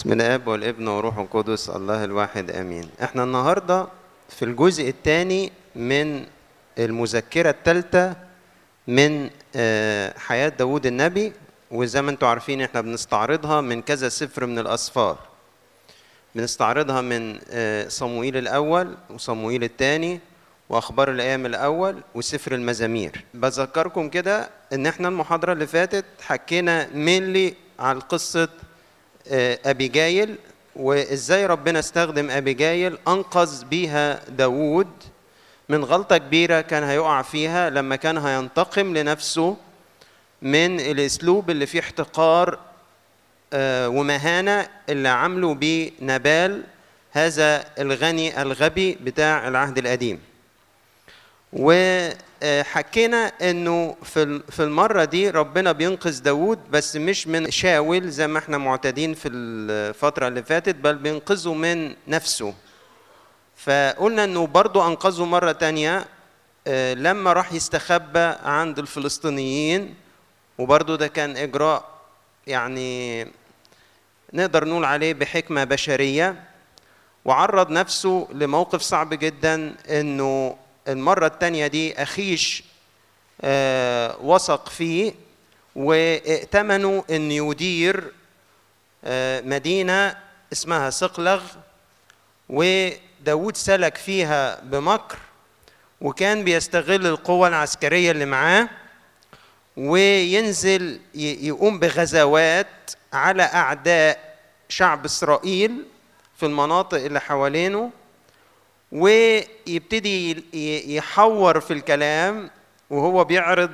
بسم الاب والابن وروح القدس الله الواحد امين. احنا النهارده في الجزء الثاني من المذكره الثالثه من حياه داوود النبي، وزي ما انتم عارفين احنا بنستعرضها من كذا سفر من الاسفار. بنستعرضها من صموئيل الاول وصموئيل الثاني واخبار الايام الاول وسفر المزامير. بذكركم كده ان احنا المحاضره اللي فاتت حكينا مينلي على قصه أبيجايل، وإزاي ربنا استخدم أبيجايل أنقذ بيها داوود من غلطة كبيرة كان هيقع فيها لما كان هينتقم لنفسه من الأسلوب اللي فيه احتقار ومهانة اللي عملوا بيه نبال هذا الغني الغبي بتاع العهد القديم. وحكينا انه في المره دي ربنا بينقذ داوود، بس مش من شاول زي ما احنا معتادين في الفتره اللي فاتت، بل بينقذه من نفسه. فقلنا انه برضو انقذه مره تانية لما راح يستخبى عند الفلسطينيين، وبرضو ده كان اجراء يعني نقدر نقول عليه بحكمه بشريه، وعرض نفسه لموقف صعب جدا. انه المرة التانية دي أخيش وثق فيه وائتمنوا أن يدير مدينة اسمها صقلغ، وداود سلك فيها بمكر، وكان بيستغل القوة العسكرية اللي معاه وينزل يقوم بغزوات على أعداء شعب إسرائيل في المناطق اللي حوالينه، ويبتدي يحور في الكلام وهو بيعرض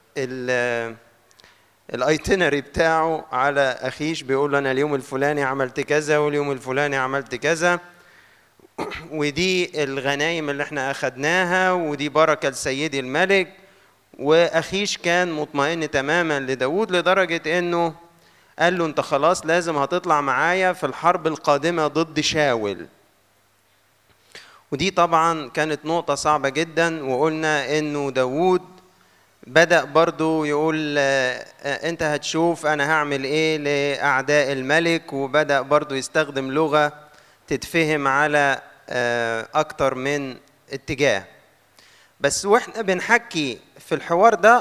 الايتينري بتاعه على أخيش. بيقول له أنا اليوم الفلاني عملت كذا واليوم الفلاني عملت كذا، ودي الغنايم اللي احنا أخدناها ودي بركة لسيدي الملك. وأخيش كان مطمئن تماما لداود لدرجة أنه قال له أنت خلاص لازم هتطلع معايا في الحرب القادمة ضد شاول. ودي طبعا كانت نقطة صعبة جدا، وقلنا انه داوود بدأ برضو يقول انت هتشوف انا هعمل ايه لأعداء الملك، وبدأ برضو يستخدم لغة تتفهم على اكتر من اتجاه. بس واحنا بنحكي في الحوار ده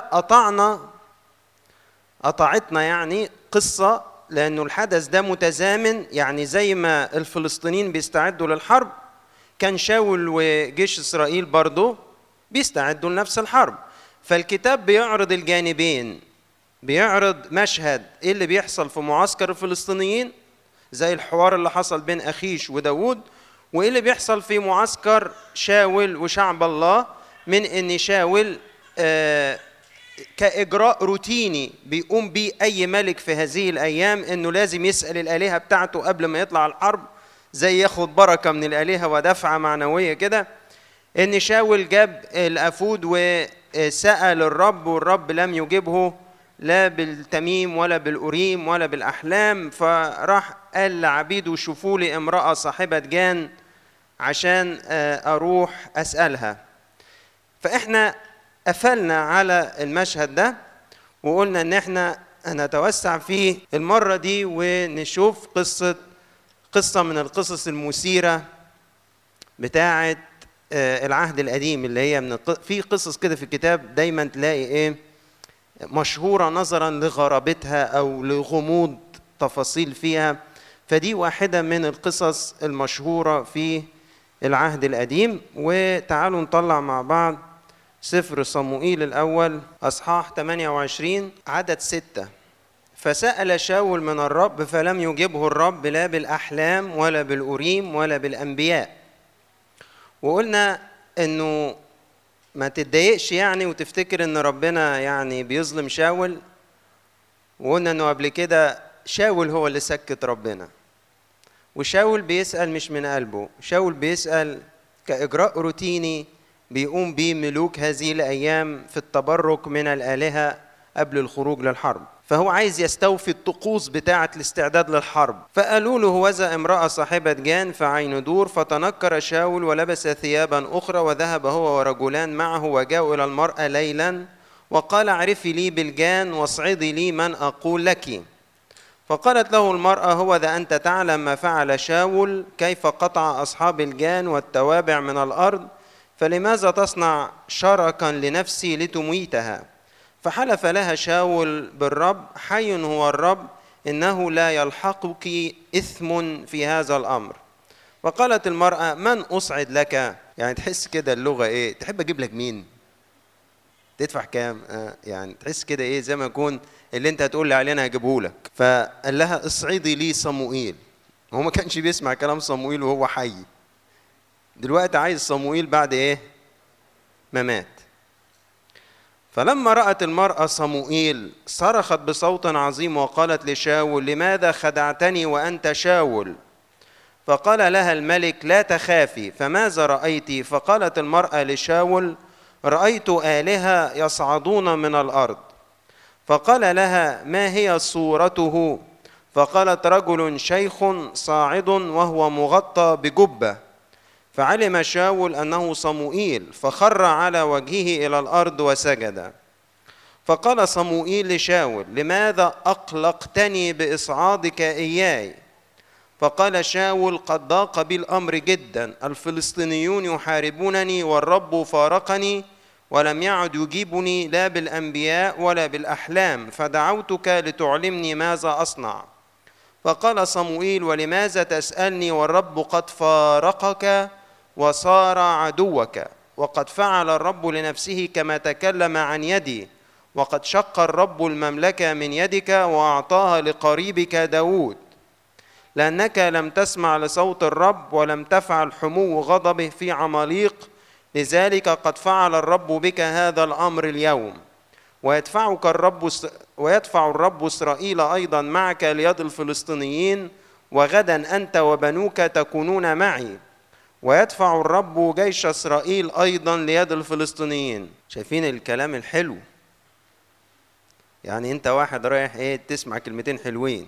قطعتنا يعني قصة، لانه الحدث ده متزامن. يعني زي ما الفلسطينيين بيستعدوا للحرب، كان شاول وجيش إسرائيل برضو بيستعدوا لنفس الحرب. فالكتاب بيعرض الجانبين، بيعرض مشهد إيه اللي بيحصل في معسكر الفلسطينيين زي الحوار اللي حصل بين أخيش وداود، وإيه اللي بيحصل في معسكر شاول وشعب الله، من إن شاول كإجراء روتيني بيقوم بيه أي ملك في هذه الأيام، إنه لازم يسأل الآلهة بتاعته قبل ما يطلع الحرب، زي ياخد بركة من الآلهة ودفعة معنوية كده. إن شاول جاب الأفود وسأل الرب، والرب لم يجبه لا بالتميم ولا بالأوريم ولا بالأحلام، فراح قال لعبيده شوفوا لي امرأة صاحبة جان عشان أروح أسألها. فإحنا قفلنا على المشهد ده وقلنا إن إحنا هنتوسع فيه المرة دي ونشوف قصة من القصص المثيرة بتاعة العهد القديم، اللي هي في قصص كده في الكتاب دايما تلاقي ايه مشهورة نظرا لغرابتها او لغموض تفاصيل فيها. فدي واحدة من القصص المشهورة في العهد القديم. وتعالوا نطلع مع بعض سفر صموئيل الأول أصحاح 28 عدد 6. فسأل شاول من الرب فلم يجبه الرب لا بالأحلام ولا بالأوريم ولا بالأنبياء. وقلنا إنه ما تتضايقش يعني وتفتكر إن ربنا يعني بيظلم شاول. وقلنا إنه قبل كده شاول هو اللي سكت ربنا، وشاول بيسأل مش من قلبه، شاول بيسأل كإجراء روتيني بيقوم به ملوك هذه الأيام في التبرك من الآلهة قبل الخروج للحرب. فهو عايز يستوفي الطقوس بتاعة الاستعداد للحرب. فقالوا له هوذا امرأة صاحبة جان فعين دور. فتنكر شاول ولبس ثيابا أخرى وذهب هو ورجلان معه وجاءوا إلى المرأة ليلا وقال اعرفي لي بالجان واصعدي لي من أقول لك. فقالت له المرأة: هو ذا أنت تعلم ما فعل شاول، كيف قطع أصحاب الجان والتوابع من الأرض، فلماذا تصنع شركا لنفسي لتميتها؟ فحلف لها شاول بالرب: حي هو الرب، إنه لا يلحقك إثم في هذا الأمر. فقالت المرأة: من أصعد لك؟ يعني تحس كده اللغة إيه؟ تحب أجيب لك مين؟ تدفع كام؟ يعني تحس كده إيه، زي ما يكون اللي أنت هتقول لي عليه أنا هجيبه لك. فقال لها: اصعدي لي صموئيل. هو ما كانش بيسمع كلام صموئيل وهو حي، دلوقتي عايز صموئيل بعد إيه؟ ما مات. فلما رأت المرأة صموئيل صرخت بصوت عظيم وقالت لشاول: لماذا خدعتني وأنت شاول؟ فقال لها الملك: لا تخافي، فماذا رأيت؟ فقالت المرأة لشاول: رأيت آلهة يصعدون من الأرض. فقال لها: ما هي صورته؟ فقالت: رجل شيخ صاعد وهو مغطى بجبة. فعلم شاول أنه صموئيل، فخر على وجهه إلى الأرض وسجد. فقال صموئيل لشاول: لماذا أقلقتني بإصعادك إياي؟ فقال شاول: قد ضاق بي الأمر جدا، الفلسطينيون يحاربونني والرب فارقني ولم يعد يجيبني لا بالأنبياء ولا بالأحلام، فدعوتك لتعلمني ماذا أصنع. فقال صموئيل: ولماذا تسألني والرب قد فارقك وصار عدوك؟ وقد فعل الرب لنفسه كما تكلم عن يدي، وقد شق الرب المملكة من يدك وأعطاها لقريبك داود، لأنك لم تسمع لصوت الرب ولم تفعل حمو غضبه في عماليق، لذلك قد فعل الرب بك هذا الأمر اليوم. ويدفع الرب إسرائيل أيضا معك ليد الفلسطينيين، وغدا أنت وبنوك تكونون معي. ويدفع الرب جيش إسرائيل أيضا ليد الفلسطينيين. شايفين الكلام الحلو؟ يعني أنت واحد رايح إيه تسمع كلمتين حلوين،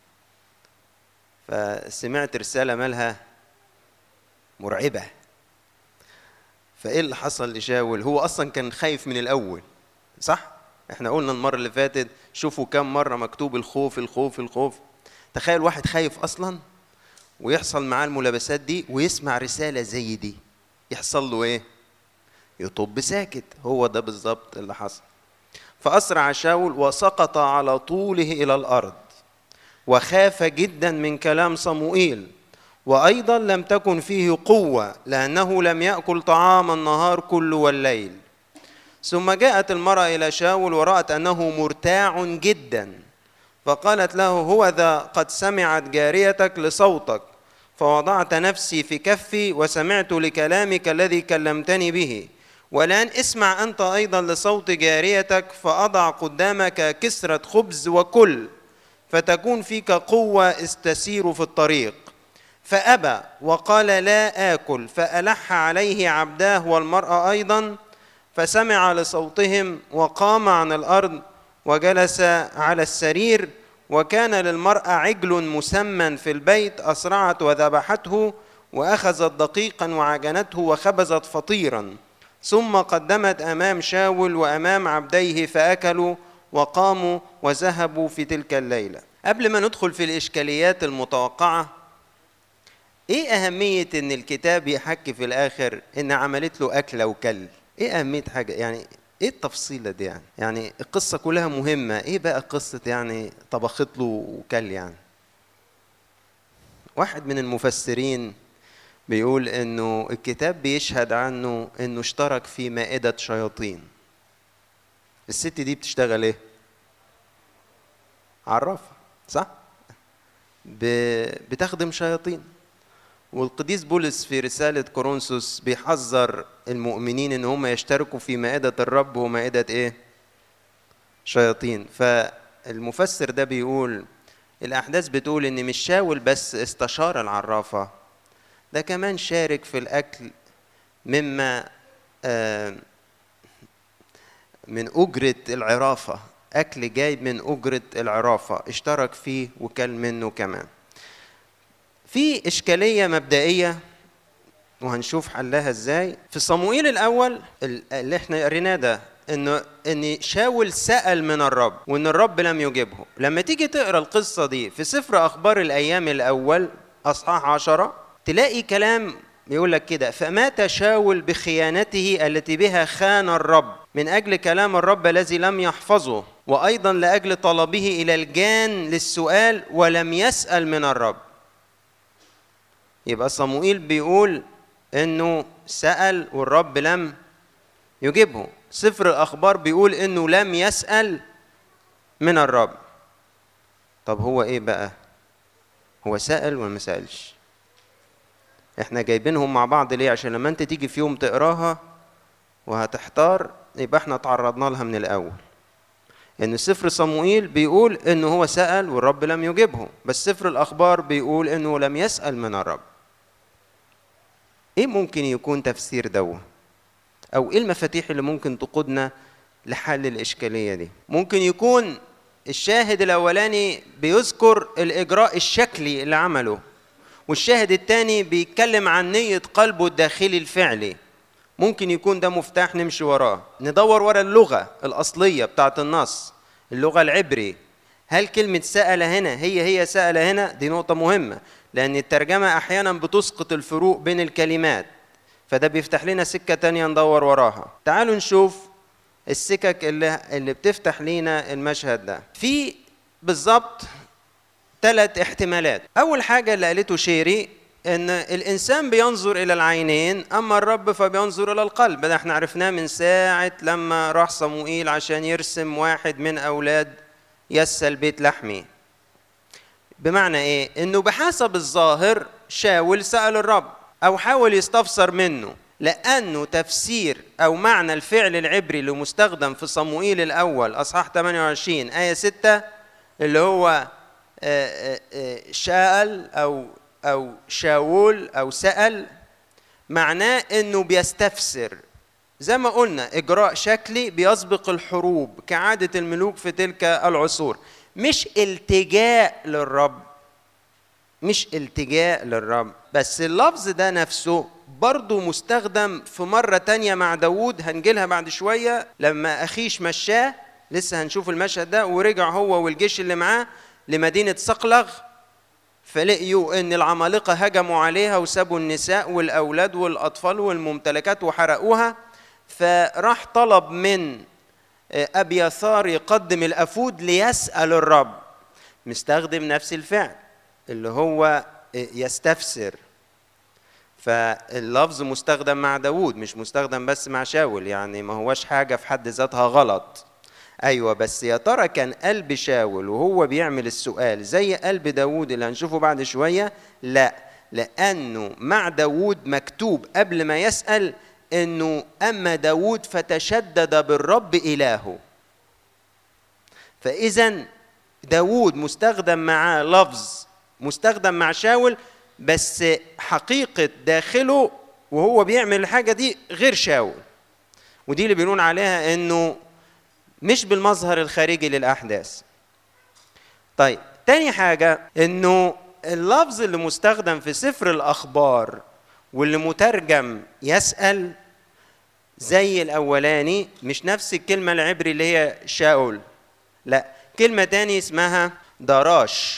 فسمعت رسالة مالها مرعبة. فإيه اللي حصل لشاول؟ هو أصلا كان خايف من الأول، صح؟ احنا قلنا المرة اللي فاتت شوفوا كم مرة مكتوب الخوف الخوف الخوف. تخيل واحد خايف أصلا ويحصل معاه الملابسات دي ويسمع رسالة زي دي، يحصل له إيه؟ يطب ساكت. هو ده بالظبط اللي حصل. فأسرع شاول وسقط على طوله إلى الأرض، وخاف جدا من كلام صموئيل، وأيضا لم تكن فيه قوة لأنه لم يأكل طعام النهار كله والليل. ثم جاءت المرأة إلى شاول ورأت أنه مرتاع جدا، فقالت له: هو ذا قد سمعت جاريتك لصوتك، فوضعت نفسي في كفي وسمعت لكلامك الذي كلمتني به، والآن اسمع أنت أيضا لصوت جاريتك، فأضع قدامك كسرة خبز وكل، فتكون فيك قوة استسير في الطريق. فأبى وقال: لا آكل. فألح عليه عبداه والمرأة أيضا، فسمع لصوتهم وقام عن الأرض وجلس على السرير. وكان للمرأة عجل مسمن في البيت، أسرعت وذبحته وأخذت دقيقا وعجنته وخبزت فطيرا، ثم قدمت أمام شاول وأمام عبديه، فأكلوا وقاموا وذهبوا في تلك الليلة. قبل ما ندخل في الإشكاليات المتوقعة، إيه أهمية إن الكتاب يحكي في الآخر إن عملت له أكلة وكل؟ إيه أهمية حاجة؟ يعني إيه التفصيلة دي؟ يعني القصة كلها مهمة، إيه بقى قصة يعني طبخت له وكل؟ يعني واحد من المفسرين بيقول إنه الكتاب بيشهد عنه إنه اشترك في مائدة شياطين. الست دي بتشتغل إيه؟ عرافة، صح؟ بتخدم شياطين. والقديس بولس في رسالة كورنثوس بيحذر المؤمنين إن هم يشتركوا في مائدة الرب ومائدة إيه؟ شياطين. فالمفسر ده بيقول الأحداث بتقول إن مش شاول بس استشار العرافة، ده كمان شارك في الأكل مما من أجرة العرافة، أكل جاي من أجرة العرافة اشترك فيه وكل منه كمان. في إشكالية مبدئية وهنشوف حلها إزاي. في صموئيل الأول اللي احنا قريناه ده ان شاول سأل من الرب وان الرب لم يجبه. لما تيجي تقرا القصة دي في سفر اخبار الايام الاول اصحاح 10 تلاقي كلام بيقول لك كده: فمات شاول بخيانته التي بها خان الرب من اجل كلام الرب الذي لم يحفظه، وايضا لاجل طلبه الى الجان للسؤال ولم يسأل من الرب. يبقى صموئيل بيقول انه سأل والرب لم يجيبه. سفر الأخبار بيقول إنه لم يسأل من الرب. طب هو إيه بقى؟ هو سأل ولا ما سألش؟ إحنا جايبينهم مع بعض ليه؟ عشان لما أنت تيجي في يوم تقراها وهتحتار يبقى إحنا تعرضنا لها من الأول. إن سفر صموئيل بيقول إنه هو سأل والرب لم يجيبه، بس سفر الأخبار بيقول إنه لم يسأل من الرب. إيه ممكن يكون تفسير دوه؟ أو إيه المفاتيح اللي ممكن تقودنا لحل الإشكالية دي؟ ممكن يكون الشاهد الأولاني بيذكر الإجراء الشكلي اللي عمله، والشاهد الثاني بيتكلم عن نية قلبه الداخلي الفعلي. ممكن يكون ده مفتاح نمشي وراه، ندور ورا اللغة الأصلية بتاعت النص، اللغة العبري. هل كلمة سأل هنا هي سأل هنا؟ دي نقطة مهمة، لأن الترجمة أحيانا بتسقط الفروق بين الكلمات، فده بيفتح لنا سكة تانية ندور وراها. تعالوا نشوف السكك اللي بتفتح لنا المشهد ده. في بالظبط 3 احتمالات. أول حاجة اللي قالته شيري إن الإنسان بينظر إلى العينين أما الرب فبينظر إلى القلب. ده احنا عرفناه من ساعة لما راح صموئيل عشان يرسم واحد من أولاد يسى البيت لحمي. بمعنى إيه؟ إنه بحسب الظاهر شاول سأل الرب أو حاول يستفسر منه، لأنه تفسير أو معنى الفعل العبري اللي مستخدم في صموئيل الأول أصحاح 28 آية 6 اللي هو شاءل أو شاول أو سأل، معناه إنه بيستفسر. زي ما قلنا إجراء شكلي بيسبق الحروب كعادة الملوك في تلك العصور، مش التجاء للرب، مش التجاء للرب. بس اللفظ ده نفسه برضو مستخدم في مرة تانية مع داود، هنجيلها بعد شوية لما أخيش مشاه، لسه هنشوف المشهد ده، ورجع هو والجيش اللي معاه لمدينة صقلغ، فلقيوا ان العمالقة هجموا عليها وسابوا النساء والأولاد والأطفال والممتلكات وحرقوها، فراح طلب من أبياثار يقدم الأفود ليسأل الرب، مستخدم نفس الفعل اللي هو يستفسر. فاللفظ مستخدم مع داود مش مستخدم بس مع شاول، يعني ما هوش حاجة في حد ذاتها غلط. أيوة، بس يا ترى كان قلب شاول وهو بيعمل السؤال زي قلب داود اللي هنشوفه بعد شوية؟ لا، لأنه مع داود مكتوب قبل ما يسأل إنه أما داود فتشدد بالرب إلهه. فإذا داود مستخدم معاه لفظ مستخدم مع شاول، بس حقيقة داخله وهو بيعمل الحاجة دي غير شاول، ودي اللي بيقولون عليها إنه مش بالمظهر الخارجي للأحداث. طيب، تاني حاجة إنه اللفظ اللي مستخدم في سفر الأخبار واللي مترجم يسأل زي الأولاني مش نفس الكلمة العبري اللي هي شاول، لا، كلمة تاني اسمها دراش،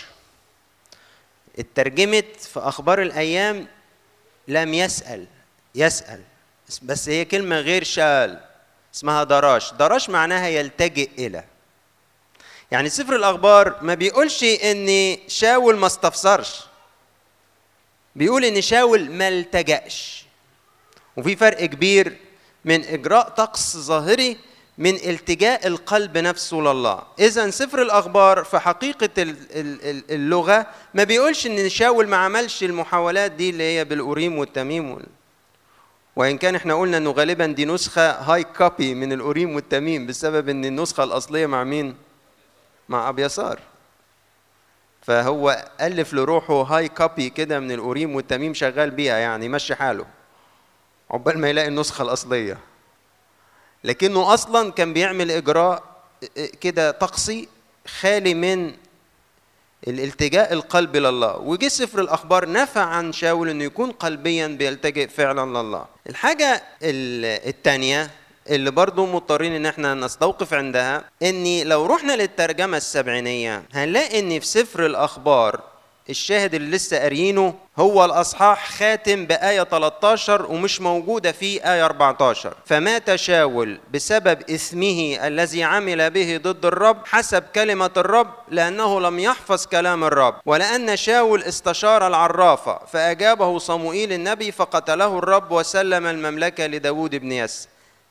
اترجمت في أخبار الأيام لم يسأل، بس هي كلمة غير شال، اسمها دراش. دراش معناها يلتجئ إلى. يعني سفر الأخبار ما بيقولش إن شاول ما استفسرش، بيقول إن شاول ما التجأش. وفي فرق كبير من إجراء طقس ظاهري من التجاء القلب نفسه لله. إذن سفر الأخبار في حقيقة اللغة ما بيقولش إن شاول ما عملش المحاولات دي اللي هي بالأوريم والتميم، وإن كان إحنا قلنا إنه غالبا دي نسخة هاي كوبي من الأوريم والتميم بسبب إن النسخة الأصلية مع مين؟ مع أبياثار، فهو ألف لروحه هاي كوبي كده من الأوريم والتميم شغال بيها، يعني مشي حاله عقبال ما يلاقي النسخة الأصلية. لكنه أصلا كان بيعمل إجراء كده طقسي خالي من الالتجاء القلب لله. وجي سفر الأخبار نفى عن شاول إنه يكون قلبيا بيلتجئ فعلا لله. الحاجة الثانية اللي برضو مضطرين ان احنا نستوقف عندها، اني لو رحنا للترجمة السبعينية هنلاقي ان في سفر الاخبار الشاهد اللي لسه قاريينه هو الاصحاح خاتم بآية 13 ومش موجودة في آية 14. فمات شاول بسبب إثمه الذي عمل به ضد الرب حسب كلمة الرب، لأنه لم يحفظ كلام الرب، ولأن شاول استشار العرافة فأجابه صموئيل النبي فقتله الرب وسلم المملكة لداود بن يس.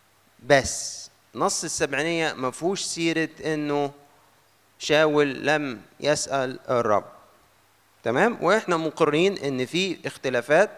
بس نص السبعينية ما فيهوش سيرة انه شاول لم يسأل الرب. تمام؟ واحنا مقرين ان في اختلافات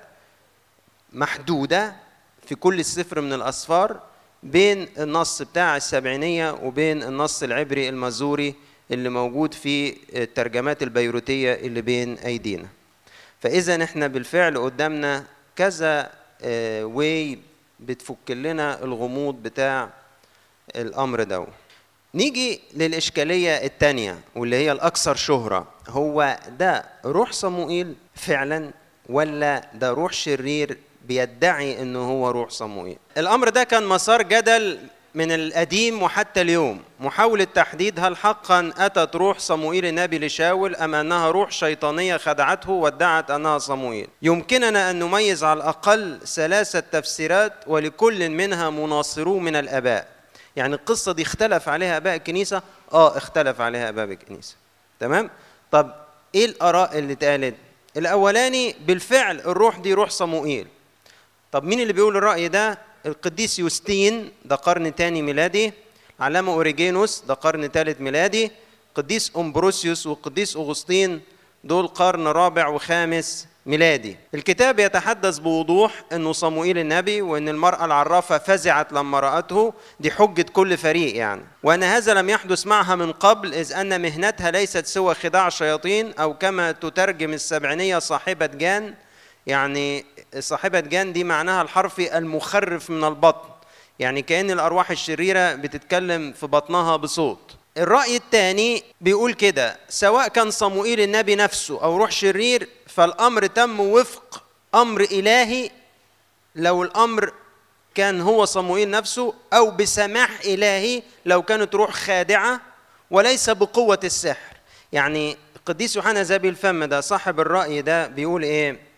محدودة في كل سفر من الاسفار بين النص بتاع السبعينية وبين النص العبري المازوري اللي موجود في الترجمات البيروتية اللي بين ايدينا. فاذا احنا بالفعل قدامنا كذا واي بتفك لنا الغموض بتاع الامر ده. نيجي للإشكالية الثانية واللي هي الأكثر شهرة، هو ده روح صموئيل فعلا ولا ده روح شرير بيدعي انه هو روح صموئيل؟ الأمر ده كان مسار جدل من القديم وحتى اليوم، محاولة تحديد هل حقا أتت روح صموئيل النبي لشاول أم أنها روح شيطانية خدعته وادعت أنها صموئيل. يمكننا أن نميز على الأقل 3 تفسيرات ولكل منها مناصروه من الآباء. يعني القصة دي اختلف عليها آباء الكنيسة؟ اختلف عليها آباء الكنيسة. تمام؟ طب ايه الآراء اللي اتقالت؟ الأولاني بالفعل الروح دي روح صموئيل. طب مين اللي بيقول الرأي ده؟ القديس يوستين ده قرن 2 ميلادي، علامة أوريجينوس ده قرن 3 ميلادي، قديس أمبروسيوس والقديس أغسطين دول قرن 4 و5 ميلادي. الكتاب يتحدث بوضوح أنه صموئيل النبي وأن المرأة العرافة فزعت لما رأته، دي حجة كل فريق يعني، وأن هذا لم يحدث معها من قبل إذ أن مهنتها ليست سوى خداع شياطين، أو كما تترجم السبعينية صاحبة جان. يعني صاحبة جان دي معناها الحرفي المخرف من البطن، يعني كأن الأرواح الشريرة بتتكلم في بطنها بصوت. الرأي الثاني بيقول كده، سواء كان صموئيل النبي نفسه أو روح شرير فالأمر تم وفق أمر إلهي، لو الأمر كان هو صموئيل نفسه، أو بسماح إلهي لو كانت روح خادعة، وليس بقوة السحر. يعني القديس يوحنا ذهبي الفم ده صاحب الرأي ده بيقول إيه؟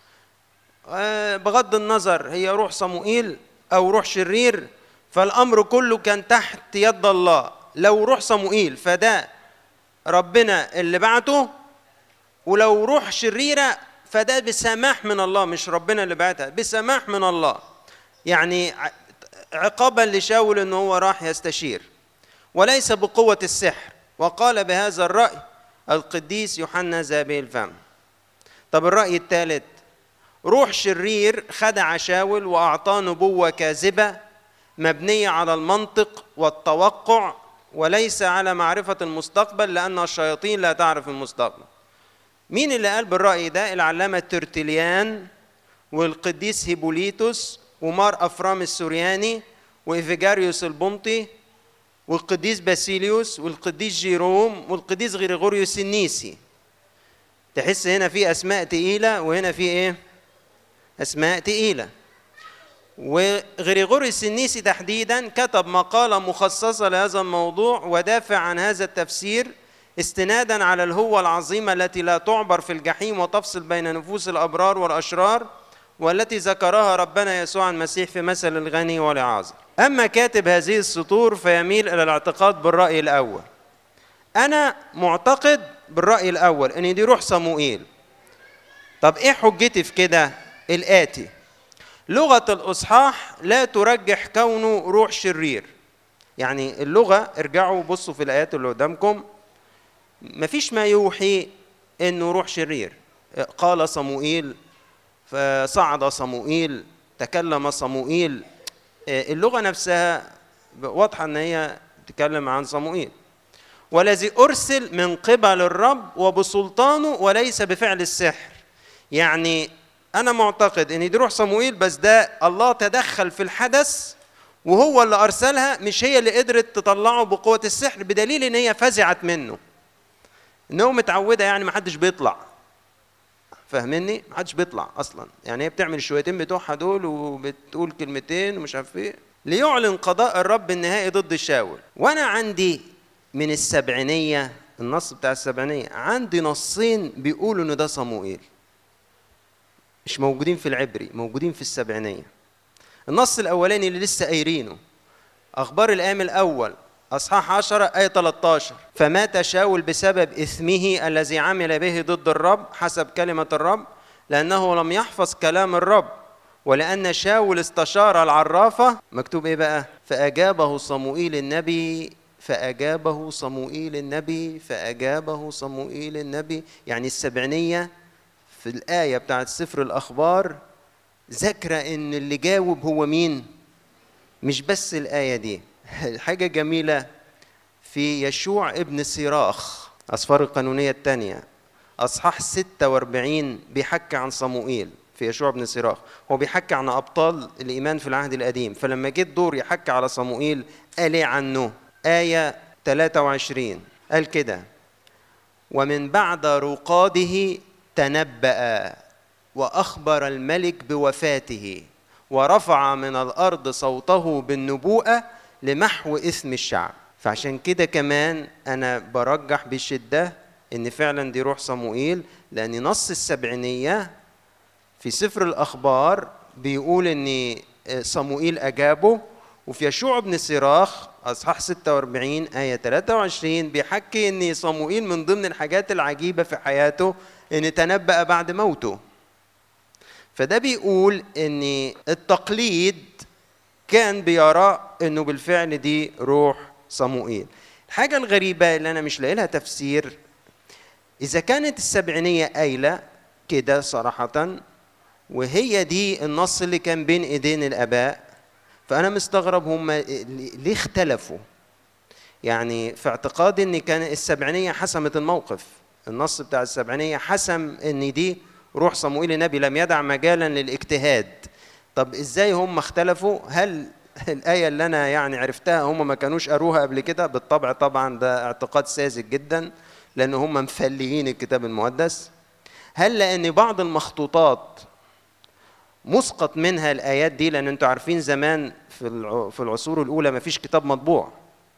بغض النظر هي روح صموئيل أو روح شرير فالأمر كله كان تحت يد الله. لو روح صموئيل فده ربنا اللي بعته، ولو روح شريرة فده بسماح من الله، مش ربنا اللي بعتها، بسماح من الله. يعني عقابا لشاول انه هو راح يستشير، وليس بقوة السحر. وقال بهذا الرأي القديس يوحنا ذهبي الفم. طب الرأي الثالث، روح شرير خدع شاول وأعطاه نبوة كاذبة مبنية على المنطق والتوقع وليس على معرفة المستقبل، لأن الشياطين لا تعرف المستقبل. مين اللي قال بالرأي ده؟ العلامة ترتليان والقديس هيبوليتوس ومار أفرام السورياني وإيفيجاريوس البنطي والقديس باسيليوس والقديس جيروم والقديس غريغوريوس النيسي. تحس هنا في أسماء تقيلة وهنا في إيه؟ أسماء تقيلة. وغريغوريوس النيسي تحديدا كتب مقالة مخصصة لهذا الموضوع ودافع عن هذا التفسير استنادا على الهوة العظيمة التي لا تعبر في الجحيم وتفصل بين نفوس الأبرار والأشرار، والتي ذكرها ربنا يسوع المسيح في مثل الغني والعازر. أما كاتب هذه السطور فيميل إلى الاعتقاد بالرأي الأول. أنا معتقد بالرأي الأول أن دي روح صموئيل. طب إيه حجتي في كده؟ الآتي: لغة الإصحاح لا ترجح كونه روح شرير. يعني اللغة، ارجعوا بصوا في الآيات اللي قدامكم، مفيش ما يوحي إنه روح شرير. قال صموئيل فصعد صموئيل، تكلم صموئيل. اللغة نفسها واضحة إن هي تتكلم عن صموئيل. والذي أرسل من قبل الرب وبسلطانه وليس بفعل السحر. يعني أنا معتقد إن دي روح صموئيل، بس ده الله تدخل في الحدث وهو اللي أرسلها، مش هي اللي قدرت تطلعه بقوة السحر، بدليل إن هي فزعت منه، إنه متعودة. يعني ما حدش بيطلع، فاهمني؟ ما حدش بيطلع أصلا. يعني هي بتعمل الشويتين بتوعها دول وبتقول كلمتين ومش عارف إيه، ليعلن قضاء الرب النهائي ضد شاول. وأنا عندي من السبعينية، النص بتاع السبعينية، عندي نصين بيقولوا إن ده صموئيل، مش موجودين في العبري، موجودين في السبعينية. النص الأولاني اللي لسه قايرينه، أخبار الأيام الأول أصحاح 10 آية 13: فمات شاول بسبب إثمه الذي عمل به ضد الرب حسب كلمة الرب، لأنه لم يحفظ كلام الرب، ولأن شاول استشار العرافة. مكتوب إيه بقى؟ فأجابه صموئيل النبي، فأجابه صموئيل النبي، فأجابه صموئيل النبي. يعني السبعينية في الآية بتاعت سفر الأخبار ذكر إن اللي جاوب هو مين؟ مش بس الآية دي، حاجة جميلة في يشوع ابن سيراخ، أسفار القانونية الثانية أصحاح 46 بيحكي عن صموئيل. في يشوع ابن سيراخ هو بيحكي عن أبطال الإيمان في العهد القديم، فلما جه الدور يحكي على صموئيل قال إيه عنه؟ آية 23 قال كده: ومن بعد رقاده تنبأ وأخبر الملك بوفاته، ورفع من الأرض صوته بالنبوءة لمحو إثم الشعب. فعشان كده كمان أنا برجح بشدة إن فعلا دي روح صموئيل، لأن نص السبعينية في سفر الأخبار بيقول إن صموئيل أجابه، وفي يشوع بن سيراخ أصحاح 46 آية 23 بيحكي إن صموئيل من ضمن الحاجات العجيبة في حياته إن تنبأ بعد موته. فده بيقول إن التقليد كان بيرى إنه بالفعل دي روح صموئيل. الحاجة الغريبة اللي أنا مش لاقي لها تفسير، إذا كانت السبعينية قايلة كده صراحة وهي دي النص اللي كان بين إيدين الآباء، فأنا مستغرب هم ليه اختلفوا. يعني في اعتقادي إن كان السبعينية حسمت الموقف، النص بتاع السبعينية حسم إن دي روح صموئيل النبي، لم يدع مجالا للاجتهاد. طب إزاي هم اختلفوا؟ هل الآية اللي أنا يعني عرفتها هم ما كانوش قروها قبل كده؟ بالطبع طبعا ده اعتقاد ساذج جدا، لأن هم مفليين الكتاب المقدس. هل لأن بعض المخطوطات مسقط منها الآيات دي؟ لأن أنتوا عارفين زمان في العصور الأولى ما فيش كتاب مطبوع،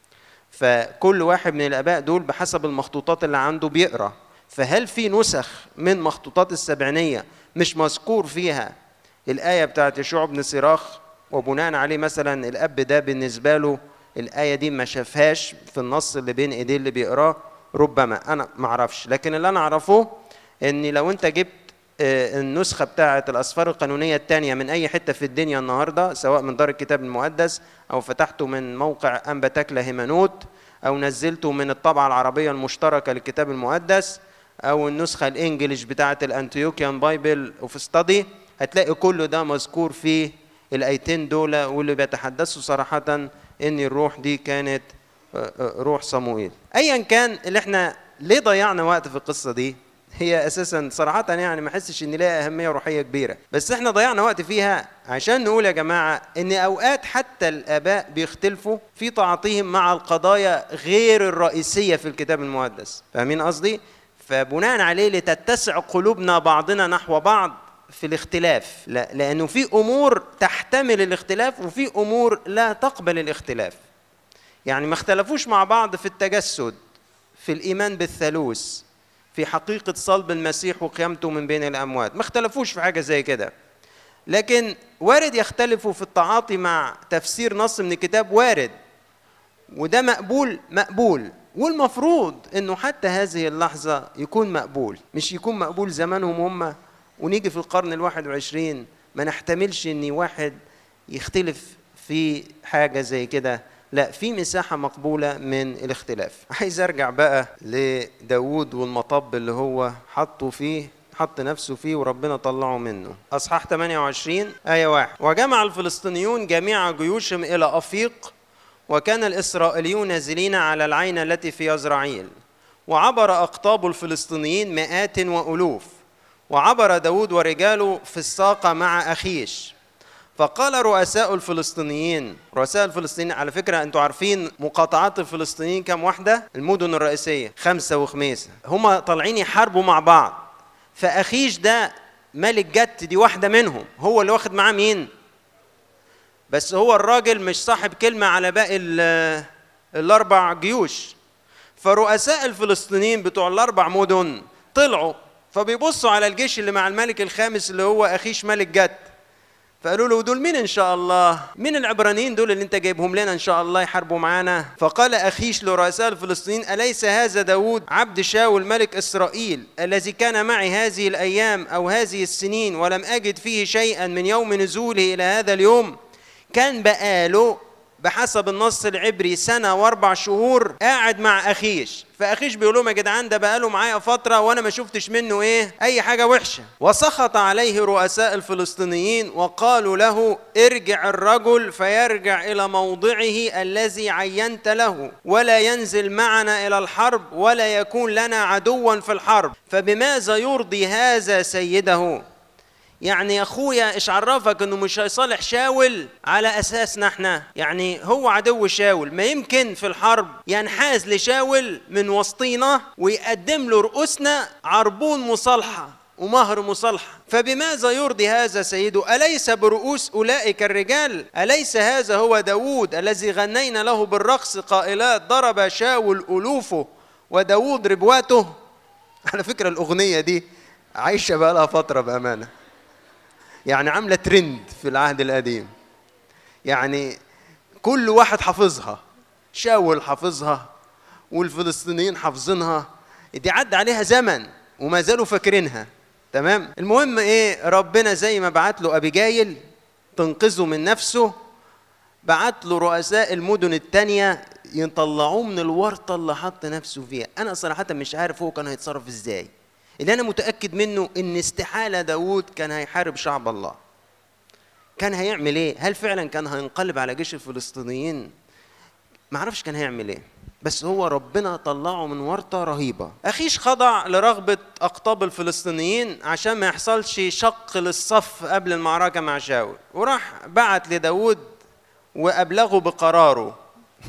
فكل واحد من الآباء دول بحسب المخطوطات اللي عنده بيقرأ. فهل في نسخ من مخطوطات السبعينية مش مذكور فيها الآية بتاعت يشوع بن سيراخ، وبناء عليه مثلا الأب ده بالنسبة له الآية دي ما شافهاش في النص اللي بين إيديه اللي بيقراه؟ ربما، أنا ما أعرفش. لكن اللي أنا أعرفه إن لو أنت جبت النسخة بتاعة الأسفار القانونية الثانية من أي حتة في الدنيا النهاردة، سواء من دار الكتاب المقدس أو فتحته من موقع أنبا تكلا هيمانوت أو نزلته من الطبعة العربية المشتركة للكتاب المقدس أو النسخة الإنجليش بتاعة الأنتيوكيان بايبل أوف ستادي، هتلاقي كله ده مذكور في الآيتين دول، واللي بيتحدثوا صراحة إن الروح دي كانت روح صموئيل. أيا كان اللي احنا ليه ضيعنا وقت في القصة دي، هي أساسا صراحة يعني ما حسش إن لها أهمية روحية كبيرة، بس احنا ضيعنا وقت فيها عشان نقول يا جماعة إن أوقات حتى الآباء بيختلفوا في تعاطيهم مع القضايا غير الرئيسية في الكتاب المقدس. فاهمين قصدي؟ فبناء عليه لتتسع قلوبنا بعضنا نحو بعض في الاختلاف، لأنه في أمور تحتمل الاختلاف وفي أمور لا تقبل الاختلاف. يعني ما اختلفوش مع بعض في التجسد، في الإيمان بالثالوث، في حقيقة صلب المسيح وقيامته من بين الأموات، ما اختلفوش في حاجة زي كده. لكن وارد يختلفوا في التعاطي مع تفسير نص من الكتاب، وارد، وده مقبول، والمفروض انه حتى هذه اللحظة يكون مقبول، مش يكون مقبول زمانهم هم ونيجي في القرن ال21 ما نحتملش ان واحد يختلف في حاجة زي كده. لا، في مساحة مقبولة من الاختلاف. عايز ارجع بقى لداود والمطب اللي هو حط نفسه فيه وربنا طلعه منه. أصحاح 28 آية 1: وجمع الفلسطينيون جميع جيوشهم إلى أفيق، وكان الإسرائيليون نازلين على العين التي في يزرعيل، وعبر أقطاب الفلسطينيين مئات وألوف، وعبر داود ورجاله في الساقة مع أخيش. فقال رؤساء الفلسطينيين على فكرة أنتوا عارفين مقاطعات الفلسطينيين كم واحدة؟ المدن الرئيسية 5 وخميسة، هم طالعين يحاربوا مع بعض. فأخيش ده ملك جت دي واحدة منهم، هو اللي واخد معاه مين؟ بس هو الراجل مش صاحب كلمة على باقي الأربع جيوش. فرؤساء الفلسطينيين بتوع الأربع مدن طلعوا، فبيبصوا على الجيش اللي مع الملك الخامس اللي هو أخيش ملك جد، فقالوا له دول مين إن شاء الله؟ مين العبرانيين دول اللي أنت جايبهم لنا إن شاء الله يحاربوا معانا؟ فقال أخيش لرؤساء الفلسطينيين: أليس هذا داود عبد شاول ملك إسرائيل الذي كان معي هذه الأيام أو هذه السنين ولم أجد فيه شيئا من يوم نزوله إلى هذا اليوم؟ كان بقاله بحسب النص العبري 1 و4 شهور قاعد مع أخيش. فأخيش بيقول لهم: يا جدعان ده بقاله معايا فترة وأنا ما شفتش منه أي حاجة وحشة. وسخط عليه رؤساء الفلسطينيين وقالوا له: ارجع الرجل فيرجع إلى موضعه الذي عينت له، ولا ينزل معنا إلى الحرب، ولا يكون لنا عدوا في الحرب، فبماذا يرضي هذا سيده؟ يعني يا اخويا ايش عرفك انه مش هيصالح شاول على اساسنا احنا؟ يعني هو عدو شاول، ما يمكن في الحرب ينحاز لشاول من وسطينا ويقدم له رؤوسنا عربون مصالحه ومهر مصالحه، فبماذا يرضي هذا سيده؟ أليس برؤوس أولئك الرجال؟ أليس هذا هو داود الذي غنينا له بالرقص قائلات: ضرب شاول ألوفه وداود ربواته؟ على فكرة الأغنية دي عايشة بقى لها فترة بأمانة، يعني عاملة ترند في العهد القديم، يعني كل واحد حافظها، شاول حافظها والفلسطينيين حافظينها، دي عدى عليها زمن وما زالوا فاكرينها. تمام. المهم ربنا زي ما بعت له أبيجايل تنقذه من نفسه، بعت له رؤساء المدن التانية يطلعوه من الورطة اللي حط نفسه فيها. أنا صراحة مش عارف هو كان هيتصرف إزاي. اللي أنا متأكد منه إن استحالة داود كان هيحارب شعب الله. كان هيعمل إيه؟ هل فعلا كان هينقلب على جيش الفلسطينيين؟ معرفش كان هيعمل إيه، بس هو ربنا طلعه من ورطة رهيبة. أخيش خضع لرغبة أقطاب الفلسطينيين عشان ما يحصلش شق للصف قبل المعركة مع شاول، وراح بعت لداود وأبلغه بقراره.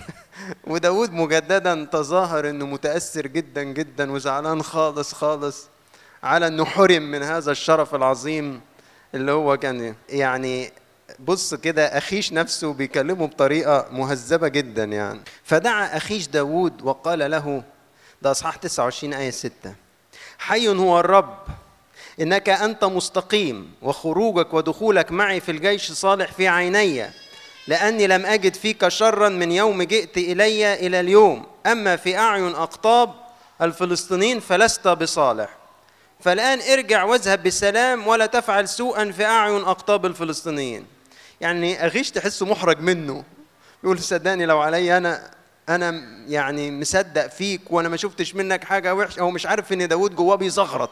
وداود مجددا تظاهر إنه متأثر جدا جدا وزعلان خالص خالص على إنه حرم من هذا الشرف العظيم اللي هو كان. يعني بص كده أخيش نفسه بيكلمه بطريقة مهذبة جدا يعني. فدعا أخيش داود وقال له، ده أصحاح 29 آية 6: حي هو الرب إنك أنت مستقيم، وخروجك ودخولك معي في الجيش صالح في عيني، لأني لم أجد فيك شرا من يوم جئت إلى اليوم، أما في أعين أقطاب الفلسطينيين فلست بصالح، فالآن ارجع واذهب بسلام ولا تفعل سوءا في أعين أقطاب الفلسطينيين. يعني أخيش تحسه محرج منه، يقول صدقني لو علي أنا يعني مصدق فيك وأنا ما شفتش منك حاجة وحشة. هو مش عارف إن داود جواه بيزغرط.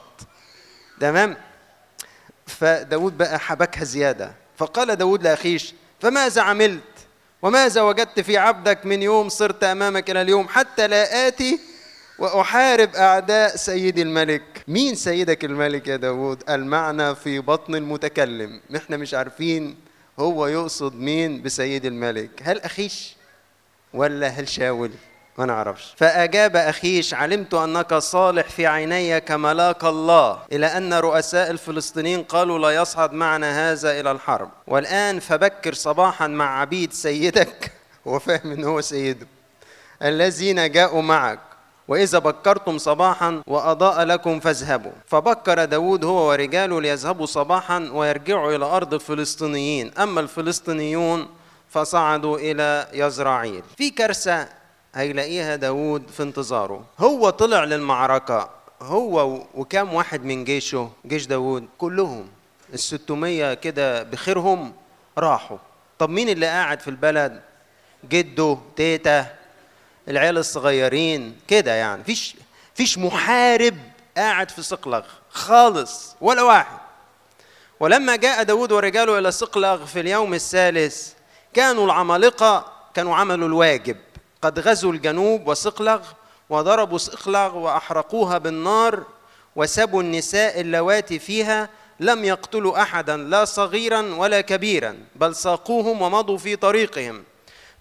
تمام. فداود بقى حبكها زيادة، فقال داود لأخيش: فماذا عملت وماذا وجدت في عبدك من يوم صرت أمامك إلى اليوم حتى لا آتي وأحارب أعداء سيدي الملك؟ مين سيدك الملك يا داود؟ المعنى في بطن المتكلم، احنا مش عارفين هو يقصد مين بسيد الملك، هل أخيش ولا هل شاول؟ ما نعرفش. فأجاب أخيش: علمت أنك صالح في عيني كملاك الله، إلى أن رؤساء الفلسطينيين قالوا لا يصعد معنا هذا إلى الحرب، والآن فبكر صباحا مع عبيد سيدك، هو فاهم إن هو سيده، الذين جاءوا معك، وإذا بكرتم صباحا وأضاء لكم فاذهبوا. فبكر داود هو ورجاله ليذهبوا صباحا ويرجعوا إلى أرض الفلسطينيين، أما الفلسطينيون فصعدوا إلى يزرعيل. في كارثة هيلاقيها داود في انتظاره. هو طلع للمعركة هو وكام واحد من جيشه، جيش داود كلهم 600 كده بخيرهم راحوا. طب مين اللي قاعد في البلد؟ جده، تيتا، العيال الصغيرين كده، يعني فيش محارب قاعد في صقلغ خالص ولا واحد. ولما جاء داود ورجاله إلى صقلغ في اليوم الثالث، كانوا العمالقة كانوا عملوا الواجب، قد غزوا الجنوب وصقلغ وضربوا صقلغ وأحرقوها بالنار وسبوا النساء اللواتي فيها، لم يقتلوا أحدا لا صغيرا ولا كبيرا، بل ساقوهم ومضوا في طريقهم.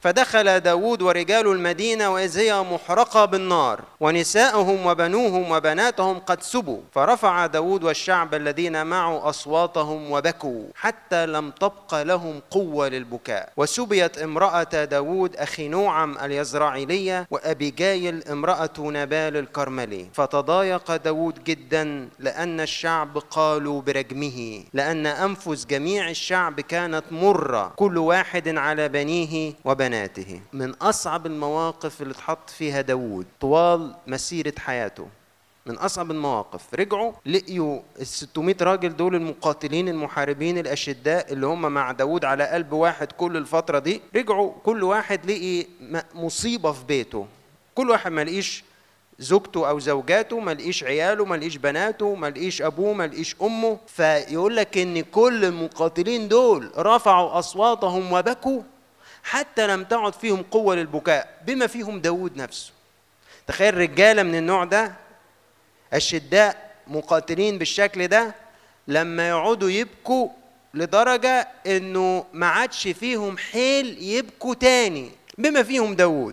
فدخل داود ورجال المدينة وإذ هي محرقة بالنار ونساؤهم وبنوهم وبناتهم قد سبوا، فرفع داود والشعب الذين معه أصواتهم وبكوا حتى لم تبق لهم قوة للبكاء. وسبيت امرأة داود أخينوعم اليزرعيلية وأبيجايل امرأة نبال الكرملي. فتضايق داود جدا لأن الشعب قالوا برجمه، لأن أنفس جميع الشعب كانت مرة كل واحد على بنيه وبناته. من أصعب المواقف اللي اتحط فيها داود طوال مسيرة حياته، من أصعب المواقف. رجعوا لقيوا ال600 راجل دول المقاتلين المحاربين الأشداء اللي هم مع داود على قلب واحد كل الفترة دي. رجعوا كل واحد لقي مصيبة في بيته، كل واحد ما لقيش زوجته أو زوجاته، ما لقيش عياله، ما لقيش بناته، ما لقيش أبوه، ما لقيش أمه. فيقول لك إن كل المقاتلين دول رفعوا أصواتهم وبكوا حتى لم تعد فيهم قوة للبكاء، بما فيهم داود نفسه. تخيل رجالة من النوع ده الشداء مقاتلين بالشكل ده لما يقعدوا يبكوا لدرجة إنه ما عادش فيهم حيل يبكوا تاني، بما فيهم داود.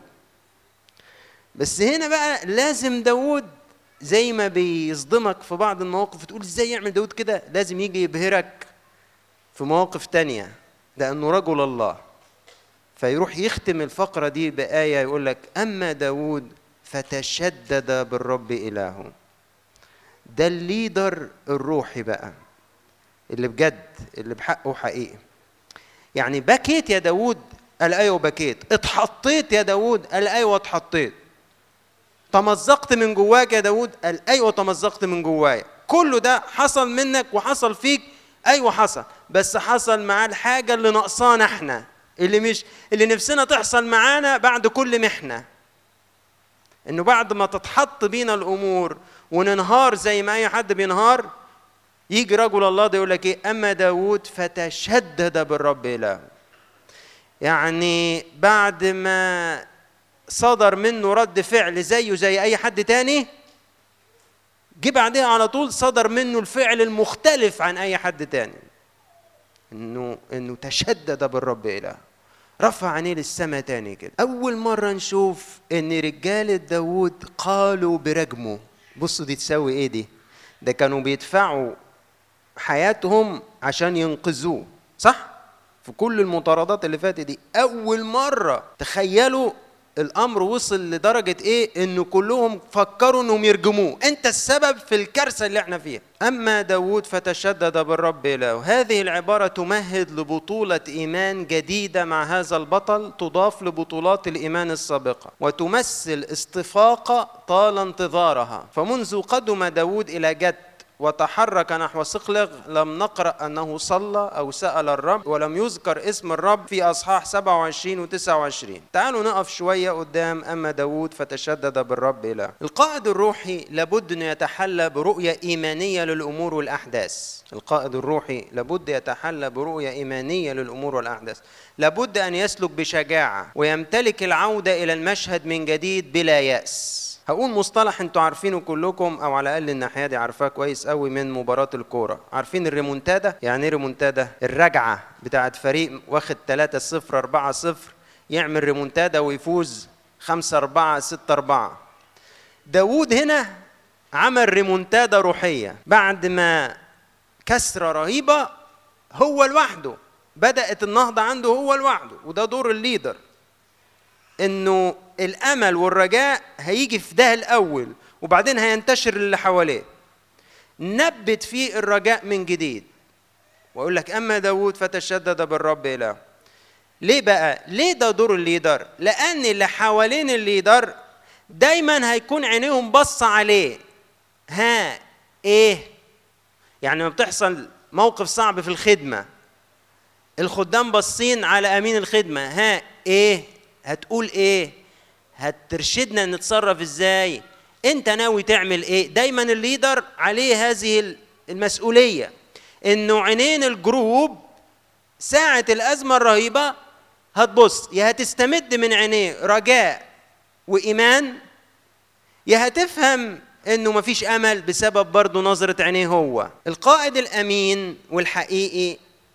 بس هنا بقى لازم داود زي ما بيصدمك في بعض المواقف تقول ازاي يعمل داود كده، لازم يجي يبهرك في مواقف تانية لأنه رجل الله. فيروح يختم الفقرة دي بآية يقول لك أما داود فتشدد بالرب إلهه. ده الليدر الروحي بقى اللي بجد اللي بحقه حقيقي. يعني بكيت يا داود؟ قال أيوة بكيت. اتحطيت يا داود؟ قال أيوة اتحطيت. تمزقت من جواك يا داود؟ قال أيوة تمزقت من جوايا. كله ده حصل منك وحصل فيك؟ أيوة حصل، بس حصل معاه الحاجة اللي ناقصانا احنا، اللي نفسنا تحصل معانا بعد كل محنة. إنه بعد ما تتحط بينا الأمور وننهار زي ما أي حد بينهار، يجي رجل الله ده يقول لك إيه؟ أما داود فتشدد بالرب إلهه. يعني بعد ما صدر منه رد فعل زيه زي أي حد تاني، جه بعدها على طول صدر منه الفعل المختلف عن أي حد تاني، إنه تشدد بالرب إلهه، رفع عينيه للسماء تاني كده. أول مرة نشوف إن رجالة داود قالوا برجمه. بصوا دي تساوي إيه دي؟ ده كانوا بيدفعوا حياتهم عشان ينقذوه، صح؟ في كل المطاردات اللي فاتت دي أول مرة تخيلوا الأمر وصل لدرجة إيه؟ إنه كلهم فكروا إنهم يرجموه، أنت السبب في الكارثة اللي إحنا فيها. أما داود فتشدد بالرب إلهه. هذه العبارة تمهد لبطولة إيمان جديدة مع هذا البطل تضاف لبطولات الإيمان السابقة، وتمثل استفاقة طال انتظارها. فمنذ قدم داود إلى جد وتحرك نحو صقلغ لم نقرأ أنه صلى أو سأل الرب، ولم يذكر اسم الرب في أصحاح 27 و 29. تعالوا نقف شوية قدام أما داود فتشدد بالرب إله. القائد الروحي لابد أن يتحلى برؤية إيمانية للأمور والأحداث. القائد الروحي لابد يتحلى برؤية إيمانية للأمور والأحداث. لابد أن يسلك بشجاعة ويمتلك العودة إلى المشهد من جديد بلا يأس. هقول مصطلح انتوا عارفينه كلكم، او على الاقل الناحيه دي عارفاه كويس قوي من مباراه الكوره. عارفين الريمونتادا؟ يعني ايه ريمونتادا؟ الرجعه بتاعت فريق واخد 3-0 4-0 يعمل ريمونتادا ويفوز 5-4 6-4. داود هنا عمل ريمونتادا روحيه بعد ما كسره رهيبه هو لوحده، بدات النهضه عنده هو لوحده. وده دور الليدر، انه الامل والرجاء هيجي في ده الاول وبعدين هينتشر اللي حواليه. نبت فيه الرجاء من جديد. واقول لك اما داود فتشدد بالرب اله. ليه بقى؟ ليه ده دور الليدر؟ لان اللي حوالين الليدر دايما هيكون عينيهم بص عليه. ها ايه يعني؟ ما بتحصل موقف صعب في الخدمه، الخدام باصين على امين الخدمه، ها ايه هتقول ايه؟ هترشدنا نتصرف ازاي؟ انت ناوي تعمل ايه؟ دايما الليدر عليه هذه المسؤولية، انه عينين الجروب ساعة الازمة الرهيبة هتبص، يا هتستمد من عينيه رجاء وايمان، يا هتفهم انه مفيش امل بسبب برضه نظرة عينيه هو. القائد الامين والحقيقي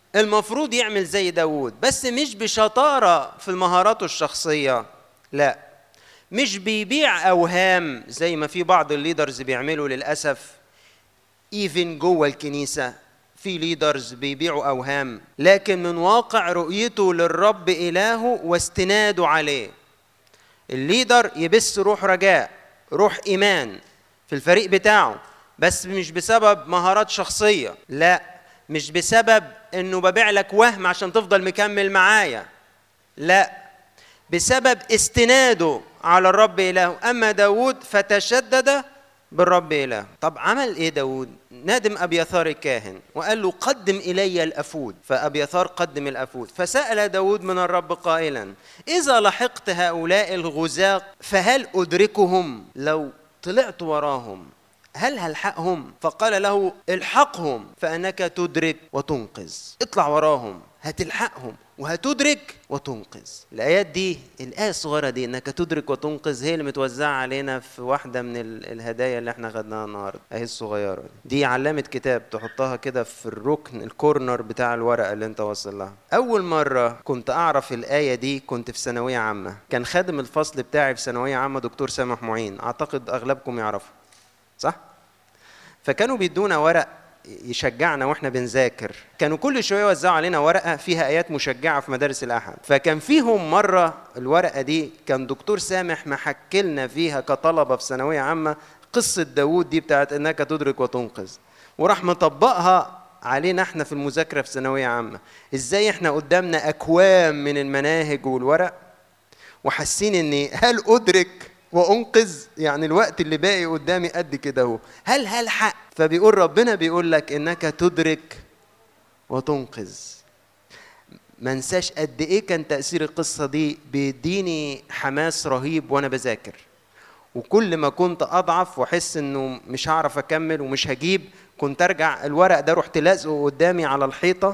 المفروض يعمل زي داود، بس مش بشطارة في مهاراته الشخصية، لا، مش بيبيع أوهام زي ما في بعض الليدرز بيعملوا للأسف. إيفن جوه الكنيسة في ليدرز بيبيعوا أوهام، لكن من واقع رؤيته للرب إلهه واستناده عليه. الليدر يبث روح رجاء، روح إيمان في الفريق بتاعه، بس مش بسبب مهارات شخصية، لا، مش بسبب إنه ببيع لك وهم عشان تفضل مكمل معايا، لا، بسبب استناده على الرب إلهه. أما داود فتشدد بالرب إله. طب عمل إيه داود؟ نادم أبيثار الكاهن وقال له قدم إلي الأفود، فأبيثار قدم الأفود. فسأل داود من الرب قائلا إذا لحقت هؤلاء الغزاة فهل أدركهم؟ لو طلعت وراهم هل هلحقهم؟ فقال له الحقهم فأنك تدرك وتنقذ. اطلع وراهم هتلحقهم وهتدرك وتنقذ. الآيات دي، الآية الصغيرة دي إنك تدرك وتنقذ، هي اللي متوزعة علينا في واحدة من الهدايا اللي احنا خدناها النهاردة. أهي الصغيرة دي علامة كتاب تحطها كده في الركن الكورنر بتاع الورقة اللي انت واصل لها. أول مرة كنت أعرف الآية دي كنت في ثانوية عامة، كان خادم الفصل بتاعي في ثانوية عامة دكتور سامح معين، أعتقد أغلبكم يعرفه صح؟ فكانوا بيدونا ورق يشجعنا واحنا بنذاكر، كانوا كل شويه يوزعوا علينا ورقه فيها ايات مشجعه في مدارس الاحد. فكان فيهم مره الورقه دي كان دكتور سامح محكي لنا فيها كطلبه في ثانويه عامه قصه داوود دي بتاعت انك تدرك وتنقذ، وراح مطبقها علينا احنا في المذاكره في ثانويه عامه. ازاي احنا قدامنا اكوام من المناهج والورق وحاسين اني هل ادرك وانقذ، يعني الوقت اللي باقي قدامي قد كده اهو، هل هلحق؟ فبيقول ربنا بيقول لك انك تدرك وتنقذ. ما انساش قد ايه كان تأثير القصة دي، بيديني حماس رهيب وانا بذاكر، وكل ما كنت اضعف واحس انه مش هعرف اكمل ومش هجيب، كنت ارجع الورق ده رحت لازقه قدامي على الحيطة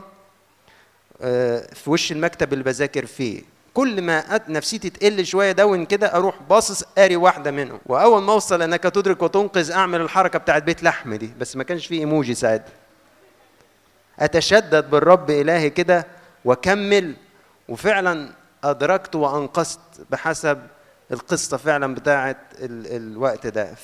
في وش المكتب اللي بذاكر فيه. كل ما نفسيتي تقل شويه دون كده اروح باصص قاري واحده منهم، واول ما اوصل انك تدرك وتنقذ اعمل الحركه بتاعت بيت لحم دي، بس ما كانش فيه ايموجي ساعتها. اتشدد بالرب الهي كده واكمل، وفعلا ادركت وانقذت بحسب القصه فعلا بتاعت الوقت ده.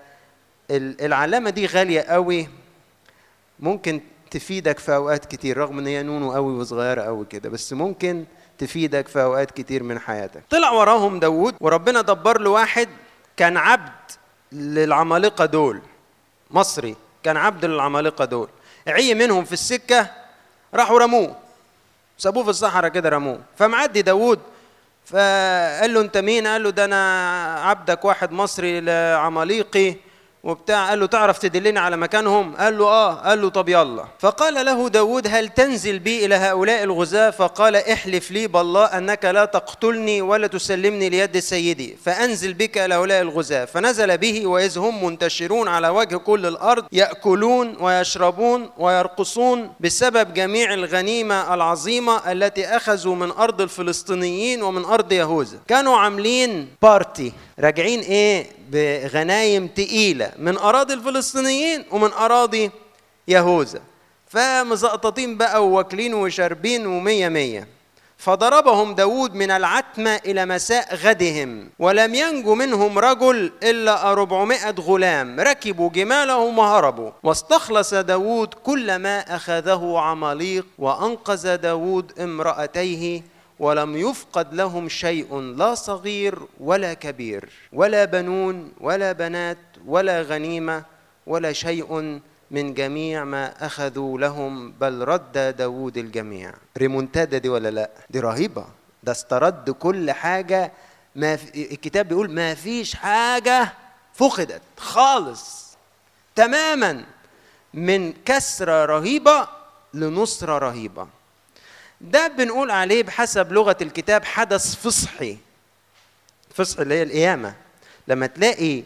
فالعلامه دي غاليه قوي، ممكن تفيدك في اوقات كتير، رغم ان هي نونو قوي وصغيره قوي كده، بس ممكن تفيدك في اوقات كتير من حياتك. طلع وراهم داود، وربنا دبر له واحد كان عبد للعمالقه دول، مصري كان عبد للعمالقه دول، عي منهم في السكه راحوا رموه، سابوه في الصحراء كده رموه. فمعدي داود فقال له انت مين؟ قال له ده انا عبدك واحد مصري لعماليقي وبتاع. قال له تعرف تدلني على مكانهم؟ قال له اه. قال له طب يلا. فقال له داود هل تنزل بي إلى هؤلاء الغزاة؟ فقال احلف لي بالله أنك لا تقتلني ولا تسلمني ليد سيدي فأنزل بك إلى هؤلاء الغزاة. فنزل به وإذ هم منتشرون على وجه كل الأرض يأكلون ويشربون ويرقصون بسبب جميع الغنيمة العظيمة التي أخذوا من أرض الفلسطينيين ومن أرض يهوذا. كانوا عاملين بارتي، راجعين ايه بغنايم تقيلة من أراضي الفلسطينيين ومن أراضي يهوذا، فمزقططين بقى وواكلين وشاربين ومية مية. فضربهم داود من العتمة إلى مساء غدهم، ولم ينجو منهم رجل إلا 400 غلام ركبوا جمالهم وهربوا. واستخلص داود كل ما أخذه عماليق، وأنقذ داود امرأتيه، ولم يفقد لهم شيء، لا صغير ولا كبير، ولا بنون ولا بنات ولا غنيمة ولا شيء من جميع ما أخذوا لهم، بل رد داود الجميع. ريمونتادا دي ولا لا؟ دي رهيبة، ده استرد كل حاجة. ما الكتاب بيقول ما فيش حاجة فقدت خالص تماما، من كسرة رهيبة لنصرة رهيبة. ده بنقول عليه بحسب لغة الكتاب حدث فصحي. فصح اللي هي القيامة، لما تلاقي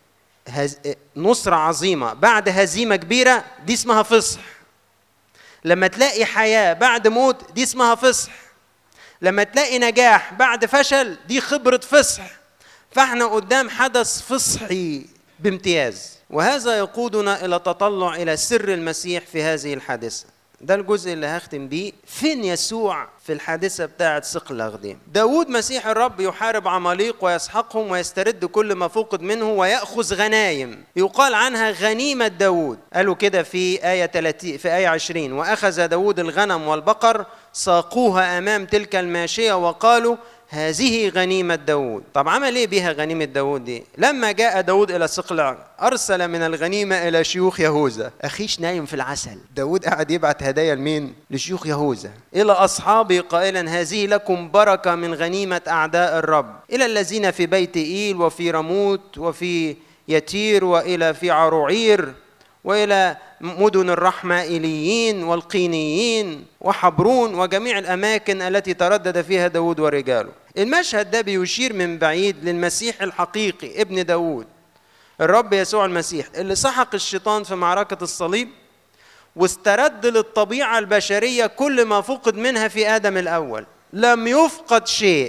نصرة عظيمة بعد هزيمة كبيرة دي اسمها فصح. لما تلاقي حياة بعد موت دي اسمها فصح. لما تلاقي نجاح بعد فشل دي خبرة فصح. فاحنا قدام حدث فصحي بامتياز، وهذا يقودنا إلى تطلع إلى سر المسيح في هذه الحادثة. ده الجزء اللي هختم بيه. فين يسوع في الحادثة بتاعة صقلغ؟ داود مسيح الرب يحارب عماليق ويسحقهم ويسترد كل ما فقد منه ويأخذ غنايم يقال عنها غنيمة داود. قالوا كده في آية 30 في آية 20: وأخذ داود الغنم والبقر ساقوها أمام تلك الماشية وقالوا هذه غنيمة داود. طب عمل ايه بيها غنيمة داود دي؟ لما جاء داود إلى صقلغ أرسل من الغنيمة إلى شيوخ يهوذا. أخيش نايم في العسل، داود قاعد يبعت هدايا لمين؟ لشيوخ يهوذا. إلى أصحابه قائلا هذه لكم بركة من غنيمة أعداء الرب، إلى الذين في بيت إيل وفي رموت وفي يتير وإلى في عروعير وإلى مدن الرحمائيليين والقينيين وحبرون وجميع الأماكن التي تردد فيها داود ورجاله. المشهد ده بيشير من بعيد للمسيح الحقيقي ابن داود، الرب يسوع المسيح اللي سحق الشيطان في معركة الصليب واسترد للطبيعة البشرية كل ما فقد منها في آدم الأول. لم يفقد شيء،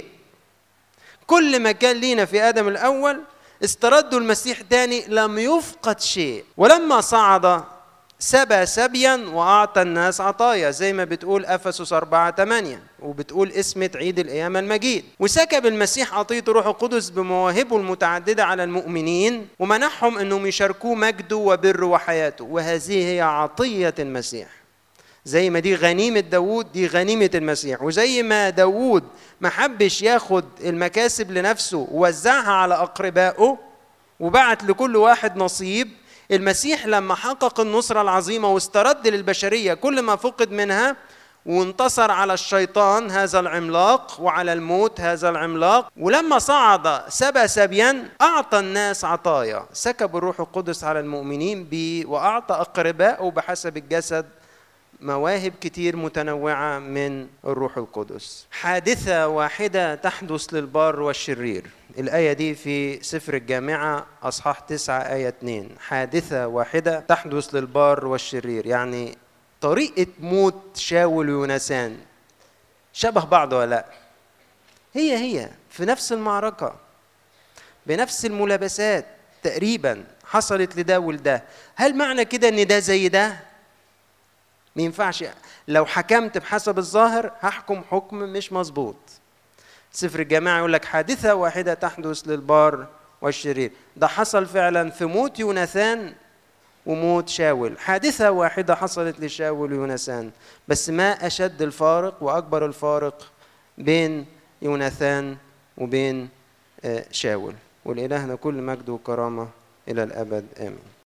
كل ما كان لينا في آدم الأول استردوا المسيح تاني، لم يفقد شيء. ولما صعد سبى سبيا وأعطى الناس عطايا زي ما بتقول أفسس 4:8 وبتقول اسمة عيد القيامة المجيد. وسكب المسيح عطية روح القدس بمواهبه المتعددة على المؤمنين ومنحهم أنهم يشاركوه مجده وبره وحياته، وهذه هي عطية المسيح. زي ما دي غنيمة داود، دي غنيمة المسيح. وزي ما داود ما حبش ياخد المكاسب لنفسه ووزعها على أقربائه وبعت لكل واحد نصيب، المسيح لما حقق النصرة العظيمة واسترد للبشرية كل ما فقد منها وانتصر على الشيطان هذا العملاق وعلى الموت هذا العملاق، ولما صعد سبى سبيا أعطى الناس عطايا، سكب الروح القدس على المؤمنين وأعطى أقربائه بحسب الجسد مواهب كتير متنوعة من الروح القدس. حادثة واحدة تحدث للبار والشرير. الآية دي في سفر الجامعة أصحاح 9 آية 2. حادثة واحدة تحدث للبار والشرير، يعني طريقة موت شاول ويونسان شبه بعض ولا لا؟ هي في نفس المعركة بنفس الملابسات تقريبا حصلت لده ولده. هل معنى كده ان ده زي ده؟ ما ينفعش. لو حكمت بحسب الظاهر هحكم حكم مش مظبوط. سفر الجماعة يقول لك حادثة واحدة تحدث للبار والشرير. ده حصل فعلا في موت يوناثان وموت شاول. حادثة واحدة حصلت لشاول ويوناثان، بس ما أشد الفارق وأكبر الفارق بين يوناثان وبين شاول. ولإلهنا كل مجد وكرامة إلى الأبد آمين.